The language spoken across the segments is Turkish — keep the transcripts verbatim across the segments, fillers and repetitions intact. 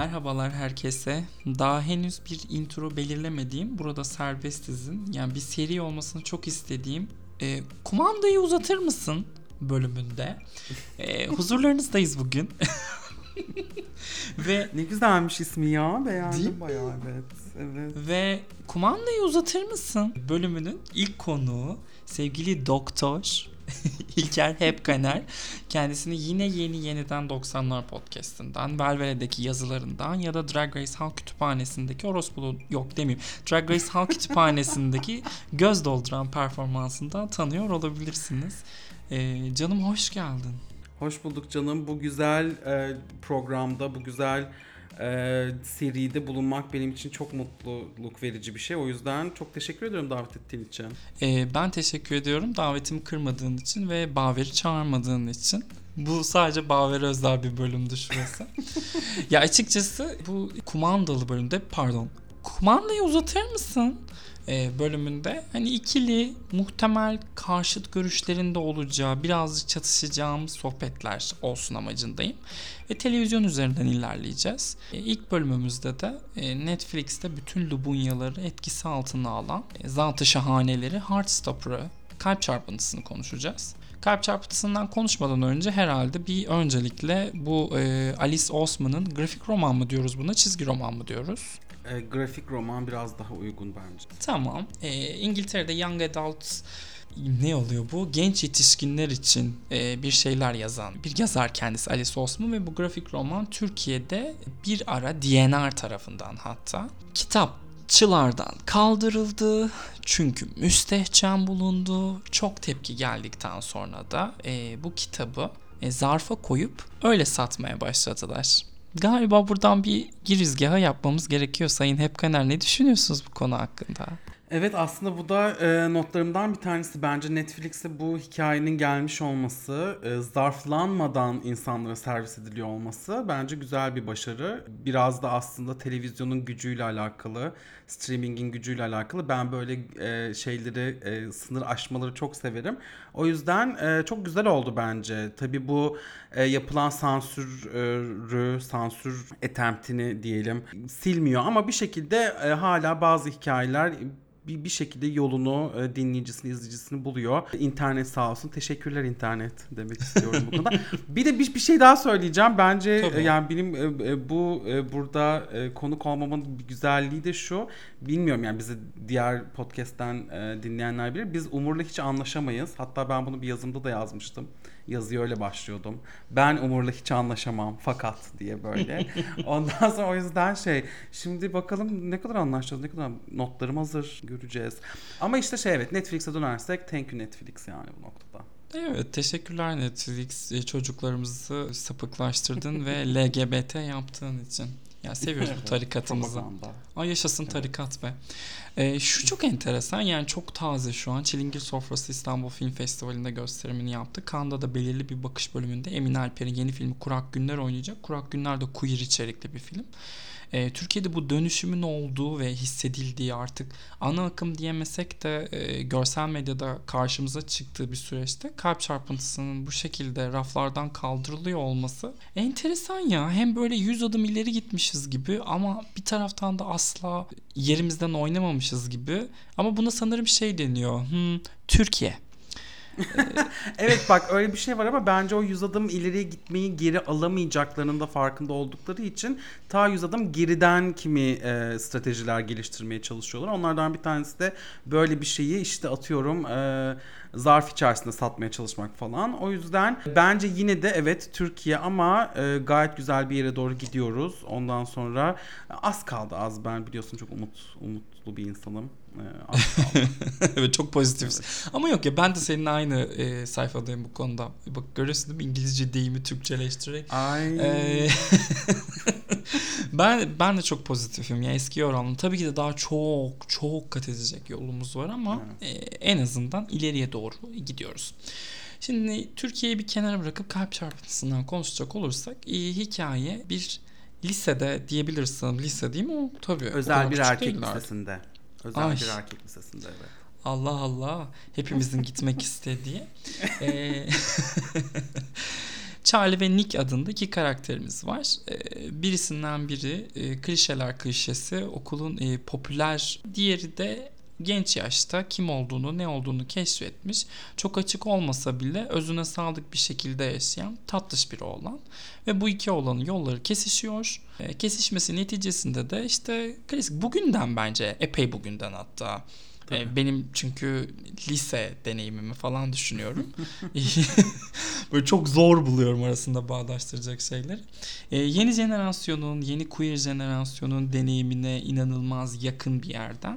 Merhabalar herkese. Daha henüz bir intro belirlemediğim, burada serbestizin, yani bir seri olmasını çok istediğim e, kumandayı uzatır mısın bölümünde. E, huzurlarınızdayız bugün. Ve ne güzelmiş ismi ya. Beğendim mi? bayağı evet. evet. Ve kumandayı uzatır mısın bölümünün ilk konuğu sevgili doktor İlker Hepkaner. Kendisini yine yeni yeniden doksanlar podcast'inden, Velvele'deki yazılarından ya da Drag Race Halk Kütüphanesi'ndeki Orospulu yok demeyeyim. Drag Race Halk Kütüphanesi'ndeki göz dolduran performansından tanıyor olabilirsiniz. Ee, canım hoş geldin. Hoş bulduk canım. Bu güzel e, programda, bu güzel e, seride bulunmak benim için çok mutluluk verici bir şey. O yüzden çok teşekkür ediyorum davet ettiğin için. Ee, ben teşekkür ediyorum davetimi kırmadığın için ve Baver'i çağırmadığın için. Bu sadece Baver'e özel bir bölümdü şurası. Ya açıkçası bu kumandalı bölümde, pardon, kumandayı uzatır mısın Ee, bölümünde hani ikili muhtemel karşıt görüşlerinde olacağı, birazcık çatışacağımız sohbetler olsun amacındayım. Ve televizyon üzerinden ilerleyeceğiz. Ee, ilk bölümümüzde de e, Netflix'te bütün Lubunyaları etkisi altına alan e, Zat-ı Şahaneleri, Heartstopper'ı, kalp çarpıntısını konuşacağız. Kalp çarpıntısından konuşmadan önce herhalde bir öncelikle bu e, Alice Oseman'ın grafik roman mı diyoruz buna, çizgi roman mı diyoruz? E, grafik roman biraz daha uygun bence. Tamam. E, İngiltere'de Young Adults, ne oluyor bu? Genç yetişkinler için e, bir şeyler yazan bir yazar kendisi Alice Oseman ve bu grafik roman Türkiye'de bir ara D N R tarafından hatta kitapçılardan kaldırıldı. Çünkü müstehcen bulundu. Çok tepki geldikten sonra da e, bu kitabı e, zarfa koyup öyle satmaya başladılar. Galiba buradan bir girizgahı yapmamız gerekiyor. Sayın Hepkaner, ne düşünüyorsunuz bu konu hakkında? Evet, aslında bu da e, notlarımdan bir tanesi. Bence Netflix'e bu hikayenin gelmiş olması, e, zarflanmadan insanlara servis ediliyor olması bence güzel bir başarı. Biraz da aslında televizyonun gücüyle alakalı, streamingin gücüyle alakalı. Ben böyle e, şeyleri, e, sınır aşmaları çok severim. O yüzden e, çok güzel oldu bence. Tabii bu e, yapılan sansürü, sansür attempt'ini diyelim silmiyor ama bir şekilde e, hala bazı hikayeler bir, bir şekilde yolunu, e, dinleyicisini, izleyicisini buluyor. İnternet sağ olsun. Teşekkürler internet demek istiyorum bu konuda. Bir de bir, bir şey daha söyleyeceğim. Bence e, yani benim e, bu e, burada e, konuk olmamın bir güzelliği de şu. Bilmiyorum yani bizi diğer podcast'ten e, dinleyenler bilir. Biz Umur'la hiç anlaşamayız. Hatta ben bunu bir yazımda da yazmıştım. Yazıyı öyle başlıyordum. Ben Umur'la hiç anlaşamam fakat diye böyle. Ondan sonra o yüzden şey, şimdi bakalım ne kadar anlaşacağız, ne kadar notlarım hazır, göreceğiz. Ama işte şey, evet, Netflix'e dönersek thank you Netflix yani bu noktada. Evet, teşekkürler Netflix, çocuklarımızı sapıklaştırdın ve L G B T yaptığın için. Ya seviyoruz evet, bu tarikatımızı. Propaganda. Ay yaşasın evet. Tarikat be. Ee, şu çok enteresan, yani çok taze şu an. Çilingir Sofrası İstanbul Film Festivali'nde gösterimini yaptı. Cannes'da da belirli bir bakış bölümünde Emin Alper'in yeni filmi Kurak Günler oynayacak. Kurak Günler de queer içerikli bir film. Ee, Türkiye'de bu dönüşümün olduğu ve hissedildiği, artık ana akım diyemesek de e, görsel medyada karşımıza çıktığı bir süreçte kalp çarpıntısının bu şekilde raflardan kaldırılıyor olması enteresan ya. Hem böyle yüz adım ileri gitmişiz gibi ama bir taraftan da asla yerimizden oynamamışız gibi. Ama buna sanırım şey deniyor. Hmm, Türkiye. Evet bak, öyle bir şey var ama bence o yüz adım ileriye gitmeyi geri alamayacaklarının da farkında oldukları için ta yüz adım geriden kimi e, stratejiler geliştirmeye çalışıyorlar. Onlardan bir tanesi de böyle bir şeyi işte atıyorum e, zarf içerisinde satmaya çalışmak falan. O yüzden bence yine de evet Türkiye ama e, gayet güzel bir yere doğru gidiyoruz. Ondan sonra az kaldı az, ben biliyorsun çok umut umutlu bir insanım. Evet, çok pozitifsin. Evet. Ama yok ya, ben de seninle aynı e, sayfadayım bu konuda. Bak görüyorsun değil mi? İngilizce deyimi Türkçeleştirerek. Ay. E, ben ben de çok pozitifim. Ya eski oranla tabii ki de daha çok çok kat edecek yolumuz var ama evet. e, en azından ileriye doğru gidiyoruz. Şimdi Türkiye'yi bir kenara bırakıp kalp çarpıntısından konuşacak olursak e, hikaye bir lisede diyebiliriz sanırım. Lise değil mi o? Tabii. Özel bir erkek lisesinde. Özel Ay. bir erkek lisesinde evet. Allah Allah. Hepimizin gitmek istediği. Ee, Charlie ve Nick adında iki karakterimiz var. Ee, birisinden biri e, klişeler klişesi, okulun e, popüler, diğeri de genç yaşta kim olduğunu, ne olduğunu keşfetmiş. Çok açık olmasa bile özüne sadık bir şekilde yaşayan tatlış bir oğlan. Ve bu iki oğlanın yolları kesişiyor. E, kesişmesi neticesinde de işte klasik bugünden, bence epey bugünden hatta. E, benim çünkü lise deneyimimi falan düşünüyorum. Böyle çok zor buluyorum arasında bağdaştıracak şeyler. E, yeni jenerasyonun, yeni queer jenerasyonun deneyimine inanılmaz yakın bir yerden.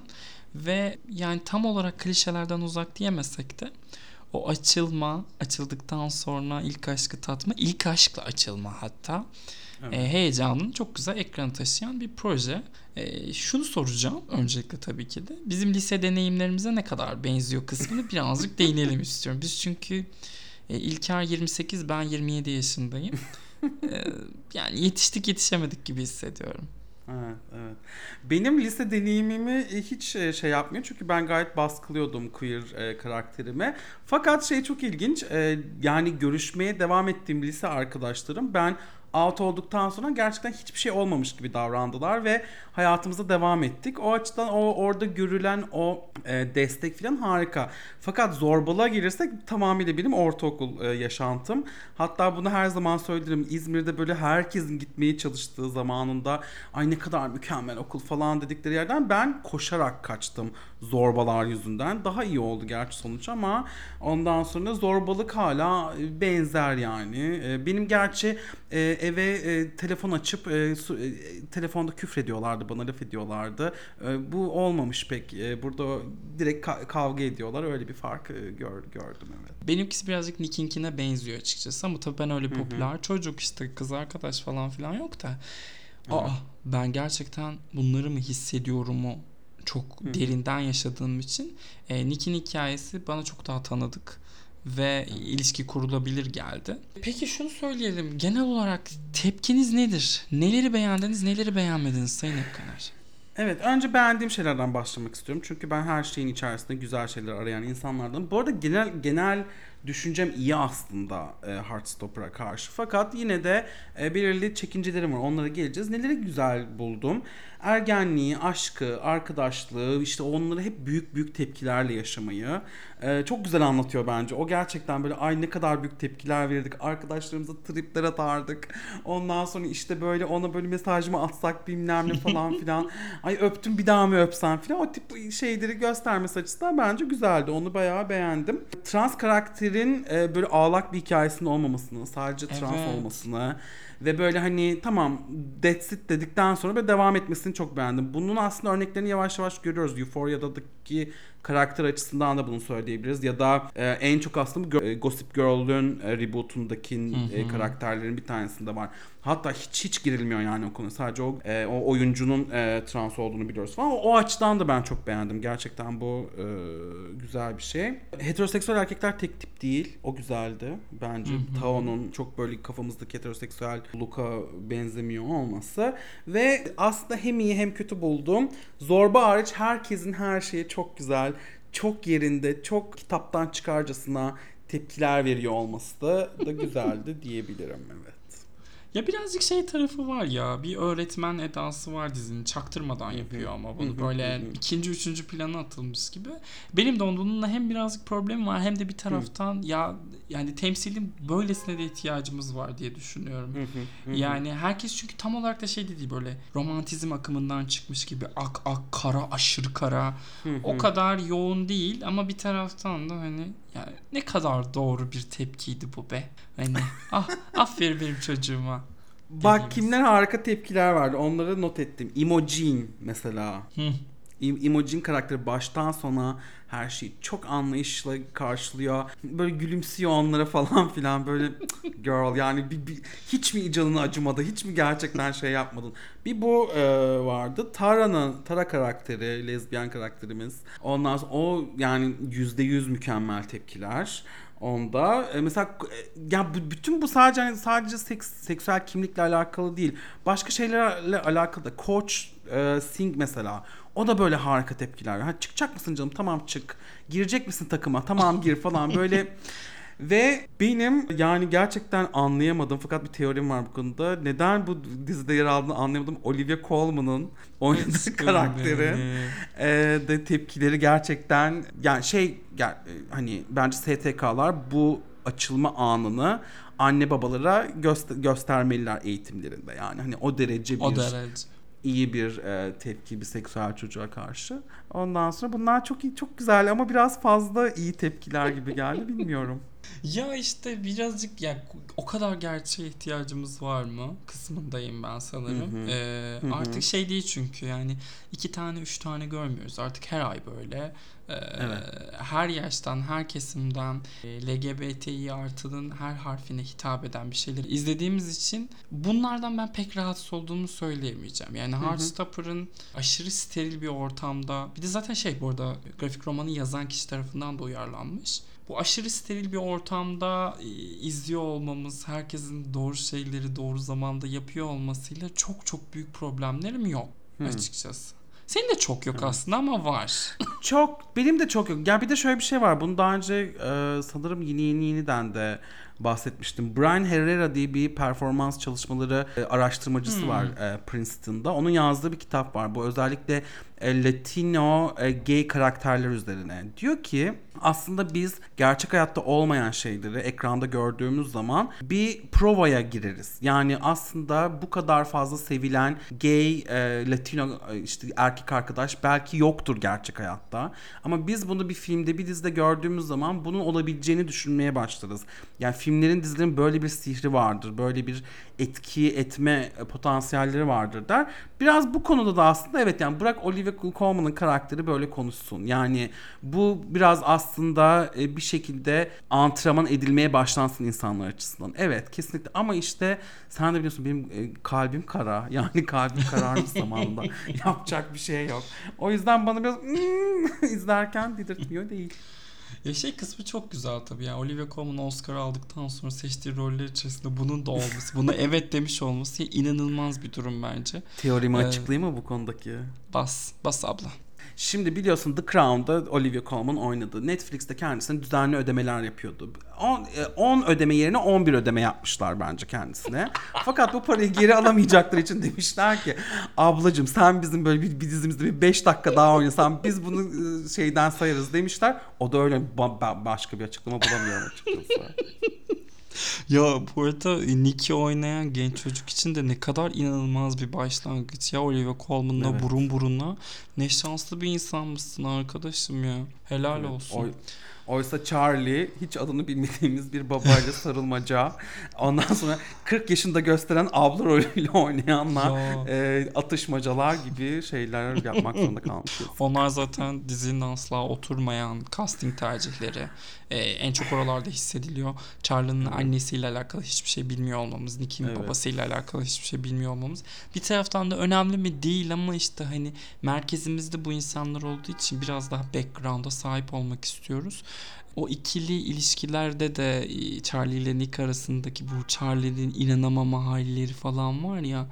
Ve yani tam olarak klişelerden uzak diyemesek de o açılma, açıldıktan sonra ilk aşkı tatma, ilk aşkla açılma hatta evet. e, heyecanını çok güzel ekrana taşıyan bir proje. E, şunu soracağım öncelikle tabii ki de. Bizim lise deneyimlerimize ne kadar benziyor kısmını birazcık değinelim istiyorum. Biz çünkü e, İlker yirmi sekiz, ben yirmi yedi yaşındayım. e, yani yetiştik yetişemedik gibi hissediyorum. Evet, evet. Benim lise deneyimimi hiç şey yapmıyor çünkü ben gayet baskılıyordum queer e, karakterime. Fakat şey çok ilginç, e, yani görüşmeye devam ettiğim lise arkadaşlarım ben out olduktan sonra gerçekten hiçbir şey olmamış gibi davrandılar ve hayatımıza devam ettik. O açıdan o orada görülen o e, destek falan harika. Fakat zorbalığa gelirsek tamamıyla benim ortaokul e, yaşantım. Hatta bunu her zaman söylerim. İzmir'de böyle herkesin gitmeye çalıştığı zamanında ay ne kadar mükemmel okul falan dedikleri yerden ben koşarak kaçtım zorbalar yüzünden. Daha iyi oldu gerçi sonuç ama ondan sonra zorbalık hala benzer yani. E, benim gerçi e, eve e, telefon açıp e, su, e, telefonda küfrediyorlardı, bana laf ediyorlardı. E, bu olmamış pek. E, burada direkt ka- kavga ediyorlar. Öyle bir fark e, gör, gördüm evet. Benimkisi birazcık Nick'inkine benziyor açıkçası ama tabii ben öyle popüler Hı-hı. çocuk işte kız arkadaş falan filan yok da. Aa, Hı-hı. ben gerçekten bunları mı hissediyorumu çok Hı-hı. derinden yaşadığım için e, Nick'in hikayesi bana çok daha tanıdık ve ilişki kurulabilir geldi. Peki şunu söyleyelim. Genel olarak tepkiniz nedir? Neleri beğendiniz, neleri beğenmediniz Sayın Epkaner? Evet, önce beğendiğim şeylerden başlamak istiyorum. Çünkü ben her şeyin içerisinde güzel şeyler arayan insanlardan. Bu arada genel genel düşüncem iyi aslında e, Heartstopper'a karşı. Fakat yine de e, belirli çekincelerim var. Onlara geleceğiz. Neleri güzel buldum? Ergenliği, aşkı, arkadaşlığı, işte onları hep büyük büyük tepkilerle yaşamayı e, çok güzel anlatıyor bence. O gerçekten böyle ay ne kadar büyük tepkiler verirdik. Arkadaşlarımıza tripler atardık. Ondan sonra işte böyle ona böyle mesajımı atsak bilmem ne falan filan. Ay öptüm bir daha mı öpsem filan. O tip şeyleri göstermesi açısından bence güzeldi. Onu bayağı beğendim. Trans karakterin e, böyle ağlak bir hikayesinin olmamasını, sadece trans evet. olmasını ve böyle hani tamam that's it dedikten sonra böyle devam etmesini çok beğendim. Bunun aslında örneklerini yavaş yavaş görüyoruz. Euphoria'daki karakter açısından da bunu söyleyebiliriz. Ya da e, en çok aslında Gossip Girl'ün e, reboot'undaki e, karakterlerin bir tanesinde var. Hatta hiç hiç girilmiyor yani o konu. Sadece o, e, o oyuncunun e, trans olduğunu biliyoruz falan. O, o açıdan da ben çok beğendim. Gerçekten bu e, güzel bir şey. Heteroseksüel erkekler tek tip değil. O güzeldi. Bence Tao'nun çok böyle kafamızdaki heteroseksüel look'a benzemiyor olması. Ve aslında hem iyi hem kötü buldum. Zorba hariç herkesin her şeyi çok güzel, çok yerinde, çok kitaptan çıkarcasına tepkiler veriyor olması da, da güzeldi diyebilirim evet. Ya birazcık şey tarafı var ya, bir öğretmen edası var dizinin, çaktırmadan yapıyor ama bunu böyle ikinci üçüncü plana atılmış gibi. Benim de onunla hem birazcık problemim var hem de bir taraftan ya yani temsilin böylesine de ihtiyacımız var diye düşünüyorum. Yani herkes çünkü tam olarak da şey değil, böyle romantizm akımından çıkmış gibi ak ak kara aşırı kara o kadar yoğun değil ama bir taraftan da hani yani ne kadar doğru bir tepkiydi bu be. Hani ah aferin benim çocuğuma. Bak dediğimiz. Kimler harika tepkiler vardı. Onları not ettim. Imogen mesela. Hı. Imogen karakteri baştan sona her şeyi çok anlayışla karşılıyor. Böyle gülümsüyor onlara falan filan. Böyle girl yani bir, bir, hiç mi canını acımadı? Hiç mi gerçekten şey yapmadın? Bir bu e, vardı. Tara'nın, Tara karakteri, lezbiyen karakterimiz. Ondan sonra o yani yüzde yüz mükemmel tepkiler. Onda e, mesela e, ya bu, bütün bu sadece sadece seks, seksüel kimlikle alakalı değil. Başka şeylerle alakalı da. Coach e, Singh mesela. O da böyle harika tepkiler. Ha çıkacak mısın canım? Tamam çık. Girecek misin takıma? Tamam gir falan. Böyle Ve benim yani gerçekten anlayamadım, fakat bir teorim var bu konuda. Neden bu dizide yer aldığını anlayamadım. Olivia Colman'ın oynadığı karakterin e, de tepkileri gerçekten yani şey yani, hani bence S T K'lar bu açılma anını anne babalara göster- göstermeliler eğitimlerinde. Yani hani o derece bir o derece. iyi bir e, tepki bir seksüel çocuğa karşı. Ondan sonra bunlar çok iyi, çok güzel ama biraz fazla iyi tepkiler gibi geldi, bilmiyorum. Ya işte birazcık ya o kadar gerçeğe ihtiyacımız var mı kısmındayım ben sanırım. Hı hı. Ee, Hı hı. Artık şey değil çünkü yani iki tane üç tane görmüyoruz artık her ay böyle. Ee, Evet. Her yaştan her kesimden e, L G B T İ artının her harfine hitap eden bir şeyleri izlediğimiz için bunlardan ben pek rahatsız olduğumu söyleyemeyeceğim. Yani Heartstopper'ın aşırı steril bir ortamda, bir de zaten şey, bu arada grafik romanı yazan kişi tarafından da uyarlanmış. Bu aşırı steril bir ortamda e, izliyor olmamız, herkesin doğru şeyleri doğru zamanda yapıyor olmasıyla çok çok büyük problemlerim yok Hmm. açıkçası. Senin de çok yok Evet. aslında ama var. Çok, benim de çok yok. Ya bir de şöyle bir şey var. Bunu daha önce e, sanırım yeni yeni yeniden de bahsetmiştim. Brian Herrera diye bir performans çalışmaları e, araştırmacısı Hmm. var e, Princeton'da. Onun yazdığı bir kitap var. Bu özellikle e, Latino e, gay karakterler üzerine. Diyor ki aslında biz gerçek hayatta olmayan şeyleri ekranda gördüğümüz zaman bir provaya gireriz. Yani aslında bu kadar fazla sevilen gay e, Latino e, işte erkek arkadaş belki yoktur gerçek hayatta. Ama biz bunu bir filmde, bir dizide gördüğümüz zaman bunun olabileceğini düşünmeye başlarız. Yani filmlerin, dizilerin böyle bir sihri vardır. Böyle bir etki etme potansiyelleri vardır der. Biraz bu konuda da aslında evet, yani bırak Olivia Colman'ın karakteri böyle konuşsun. Yani bu biraz aslında bir şekilde antrenman edilmeye başlansın insanlar açısından. Evet, kesinlikle, ama işte sen de biliyorsun benim kalbim kara. Yani kalbim kararmış zamanında. Yapacak bir şey yok. O yüzden bana biraz izlerken dedirtmiyor değil. Ya şey kısmı çok güzel tabii ya. Olivia Colman Oscar aldıktan sonra seçtiği roller içerisinde bunun da olması, buna evet demiş olması inanılmaz bir durum bence. Teorimi Ee, açıklayayım mı bu konudaki? Bas, bas abla. Şimdi biliyorsun The Crown'da Olivia Colman oynadı. Netflix'te kendisine düzenli ödemeler yapıyordu. on ödeme yerine on bir ödeme yapmışlar bence kendisine. Fakat bu parayı geri alamayacakları için demişler ki ablacığım sen bizim böyle bir, bir dizimizde bir beş dakika daha oynasan biz bunu şeyden sayarız demişler. O da öyle ba- başka bir açıklama bulamıyorum açıkçası. Ya bu arada Nick'i oynayan genç çocuk için de ne kadar inanılmaz bir başlangıç ya, Olivia Colman'la evet. burun buruna. Ne şanslı bir insanmışsın arkadaşım ya. Helal evet, olsun. Oy, oysa Charlie hiç adını bilmediğimiz bir babayla sarılmaca. Ondan sonra kırk yaşında gösteren abla rolüyle oynayanlar e, atışmacalar gibi şeyler yapmak zorunda kalmışız. Onlar zaten dizinin asla oturmayan casting tercihleri. Ee, en çok oralarda hissediliyor. Charlie'nin evet. annesiyle alakalı hiçbir şey bilmiyor olmamız, Nick'in evet. babasıyla alakalı hiçbir şey bilmiyor olmamız. Bir taraftan da önemli mi değil ama işte hani merkezimizde bu insanlar olduğu için biraz daha background'a sahip olmak istiyoruz. O ikili ilişkilerde de Charlie ile Nick arasındaki bu Charlie'nin inanamama halleri falan var ya.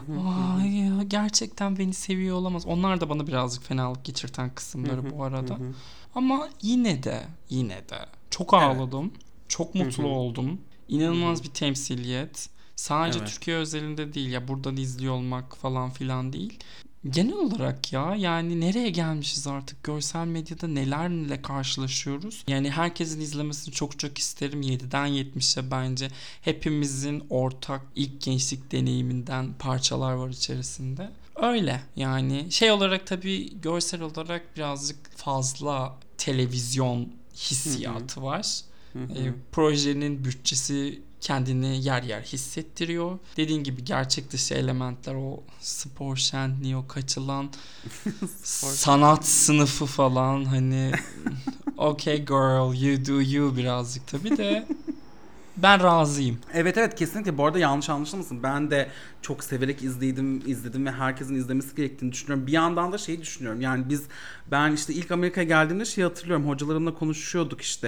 Ay ya, gerçekten beni seviyor olamaz. Onlar da bana birazcık fenalık geçirten kısımları bu arada. Ama yine de yine de çok ağladım. Evet. Çok mutlu oldum. İnanılmaz bir temsiliyet. Sadece evet. Türkiye özelinde değil ya, buradan izliyor olmak falan filan değil. Genel olarak ya, yani nereye gelmişiz artık, görsel medyada nelerle karşılaşıyoruz. Yani herkesin izlemesini çok çok isterim. yediden yetmişe bence hepimizin ortak ilk gençlik deneyiminden parçalar var içerisinde. Öyle yani şey olarak tabii görsel olarak birazcık fazla televizyon hissiyatı var. Hı hı. E, projenin bütçesi kendini yer yer hissettiriyor. Dediğin gibi gerçek dışı elementler, o spor şenliği, o kaçılan sanat sınıfı falan, hani okay girl you do you birazcık tabii de ben razıyım. Evet evet, kesinlikle. Bu arada yanlış anlaşılmasın. Ben de çok severek izledim, izledim ve herkesin izlemesi gerektiğini düşünüyorum. Bir yandan da şeyi düşünüyorum. Yani biz, ben işte ilk Amerika'ya geldiğimde şeyi hatırlıyorum. Hocalarımla konuşuyorduk işte.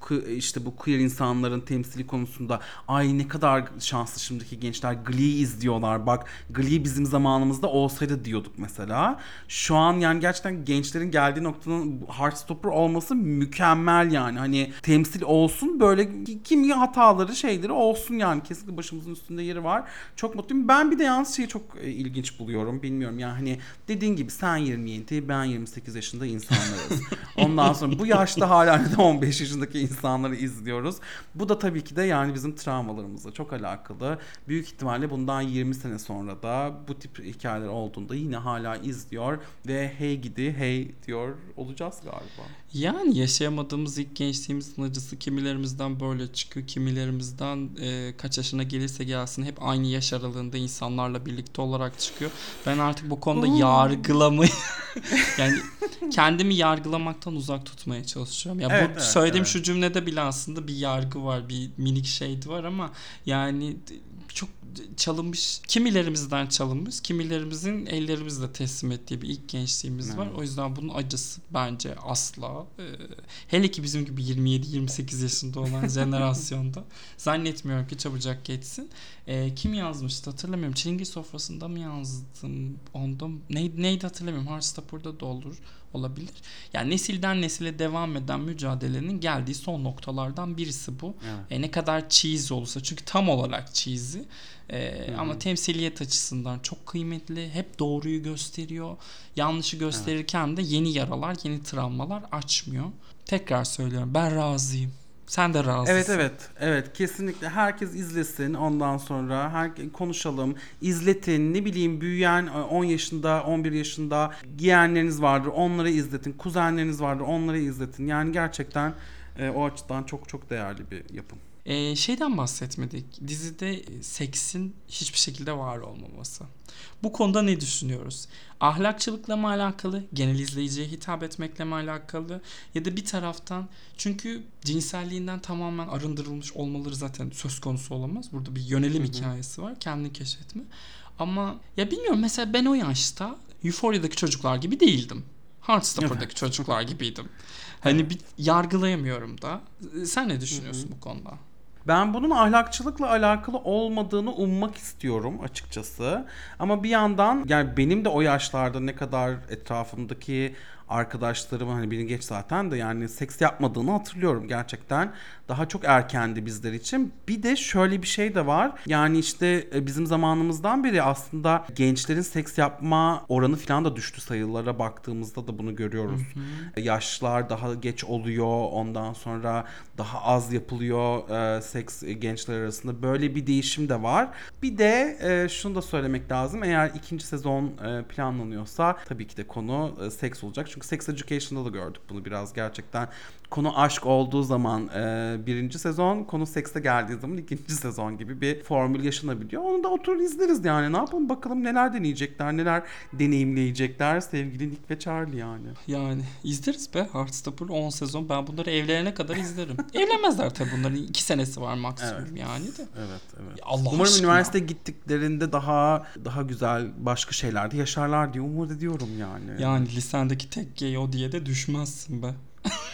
işte bu queer insanların temsili konusunda ay ne kadar şanslı şimdiki gençler Glee izliyorlar. Bak Glee bizim zamanımızda olsaydı diyorduk mesela. Şu an yani gerçekten gençlerin geldiği noktanın Heartstopper olması mükemmel yani. Hani temsil olsun böyle kimi hataları şeyleri olsun yani. Kesinlikle başımızın üstünde yeri var. Çok mutluyum. Ben bir de yalnız şeyi çok ilginç buluyorum. Bilmiyorum yani hani dediğin gibi sen yirmi yedi ben yirmi sekiz yaşında insanlarız. Ondan sonra bu yaşta hala on beş yaşındaki insanları izliyoruz. Bu da tabii ki de yani bizim travmalarımızla çok alakalı. Büyük ihtimalle bundan yirmi sene sonra da bu tip hikayeler olduğunda yine hala izliyor ve hey gidi hey diyor olacağız galiba. Yani yaşayamadığımız ilk gençliğimizin acısı kimilerimizden böyle çıkıyor. Kimilerimizden e, kaç yaşına gelirse gelsin hep aynı yaş aralığında insanlarla birlikte olarak çıkıyor. Ben artık bu konuda yargılamayı yani kendimi yargılamaktan uzak tutmaya çalışıyorum. Ya evet, bu evet, söylediğim evet. şu cümlede bile aslında bir yargı var, bir minik şey var ama yani çok çalınmış, kimilerimizden çalınmış, kimilerimizin ellerimizle teslim ettiği bir ilk gençliğimiz evet. var. O yüzden bunun acısı bence asla e, hele ki bizim gibi yirmi yedi yirmi sekiz yaşında olan jenerasyonda zannetmiyorum ki çabucak geçsin. E, kim yazmıştı hatırlamıyorum. Çilingir Sofrası'nda mı yazdım? Onda neydi, neydi hatırlamıyorum. Heartstopper'da da olur. Olabilir. Yani nesilden nesile devam eden mücadelenin geldiği son noktalardan birisi bu. Evet. E, ne kadar cheesy olursa çünkü tam olarak cheesy e, ama temsiliyet açısından çok kıymetli. Hep doğruyu gösteriyor. Yanlışı gösterirken evet. de yeni yaralar, yeni travmalar açmıyor. Tekrar söylüyorum ben razıyım. Sen de razısın. Evet evet evet kesinlikle herkes izlesin ondan sonra her konuşalım izletin ne bileyim büyüyen on yaşında on bir yaşında yeğenleriniz vardır onları izletin kuzenleriniz vardır onları izletin yani gerçekten e, o açıdan çok çok değerli bir yapım. Ee, şeyden bahsetmedik. Dizide seksin hiçbir şekilde var olmaması. Bu konuda ne düşünüyoruz? Ahlakçılıkla mı alakalı? Genel izleyiciye hitap etmekle mi alakalı? Ya da bir taraftan çünkü cinselliğinden tamamen arındırılmış olmaları zaten söz konusu olamaz. Burada bir yönelim Hı-hı. hikayesi var. Kendini keşfetme. Ama ya bilmiyorum mesela ben o yaşta Euphoria'daki çocuklar gibi değildim. Heartstopper'daki evet. çocuklar gibiydim. Hani evet. bir yargılayamıyorum da. Sen ne düşünüyorsun Hı-hı. bu konuda? Ben bunun ahlakçılıkla alakalı olmadığını ummak istiyorum açıkçası. Ama bir yandan yani benim de o yaşlarda ne kadar etrafımdaki arkadaşlarım hani beni geç zaten de yani seks yapmadığını hatırlıyorum gerçekten. Daha çok erkendi bizler için. Bir de şöyle bir şey de var. Yani işte bizim zamanımızdan beri aslında gençlerin seks yapma oranı falan da düştü sayılara baktığımızda da bunu görüyoruz. Hı hı. Yaşlar daha geç oluyor. Ondan sonra daha az yapılıyor e, seks gençler arasında. Böyle bir değişim de var. Bir de e, şunu da söylemek lazım. Eğer ikinci sezon e, planlanıyorsa tabii ki de konu e, seks olacak. Çünkü Sex Education'da da gördük bunu biraz gerçekten. Konu aşk olduğu zaman e, birinci sezon, konu sekse geldiği zaman ikinci sezon gibi bir formül yaşanabiliyor. Onu da oturur izleriz yani. Ne yapalım bakalım neler deneyecekler, neler deneyimleyecekler sevgili Nick ve Charlie yani. Yani izleriz be Heartstopper on sezon. Ben bunları evlenene kadar izlerim. Evlenmezler tabii bunların iki senesi var maksimum evet. yani de. Evet, evet. Allah Umarım aşkına. üniversite gittiklerinde daha daha güzel başka şeylerde yaşarlar diye umut ediyorum yani. Yani lisendeki tek gay o diye de düşmezsin be.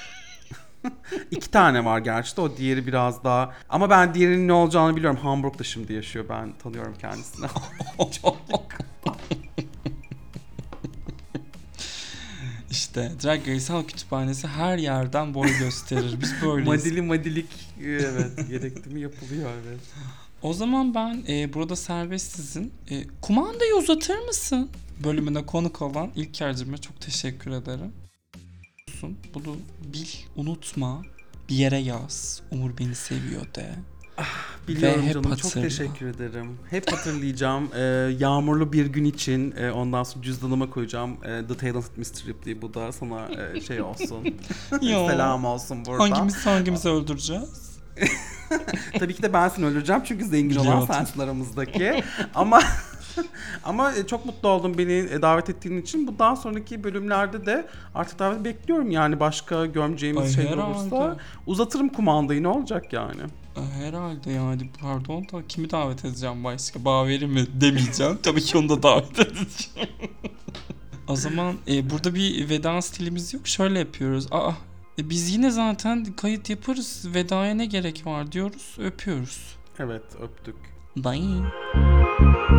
İki tane var gerçi de o diğeri biraz daha ama ben diğerinin ne olacağını biliyorum. Hamburg'da şimdi yaşıyor. Ben tanıyorum kendisini. Çok İşte Drag Race Halk Kütüphanesi her yerden boy gösterir. Biz böyleyiz. Madili madilik evet gerekli mi yapılıyor evet. O zaman ben e, burada serbest sizin. E, kumandayı uzatır mısın? Bölümüne konuk olan İlker'cime çok teşekkür ederim. Bunu bil, unutma. Bir yere yaz. Umur beni seviyor de. Ah, biliyorum canım hatırla. Çok teşekkür ederim. Hep hatırlayacağım. Ee, yağmurlu bir gün için e, ondan sonra cüzdanıma koyacağım. E, The Talented mister Ripley. Bu da sana e, şey olsun. Selam olsun burada. Hangimiz hangimizi öldüreceğiz? Tabii ki de ben seni öldüreceğim çünkü zengin olan sensin aramızdaki. Ama ama çok mutlu oldum beni davet ettiğin için. Bundan sonraki bölümlerde de artık davet bekliyorum yani başka görmeyeceğimiz Ay, şeyler herhalde. olursa uzatırım kumandayı ne olacak yani. Herhalde yani pardon da kimi davet edeceğim başka? Baveri mi demeyeceğim. Tabii ki onu da davet edeceğim. O zaman e, burada bir veda stilimiz yok. Şöyle yapıyoruz. Aa E, biz yine zaten kayıt yaparız. Vedaya ne gerek var diyoruz. Öpüyoruz. Evet, öptük. Bye.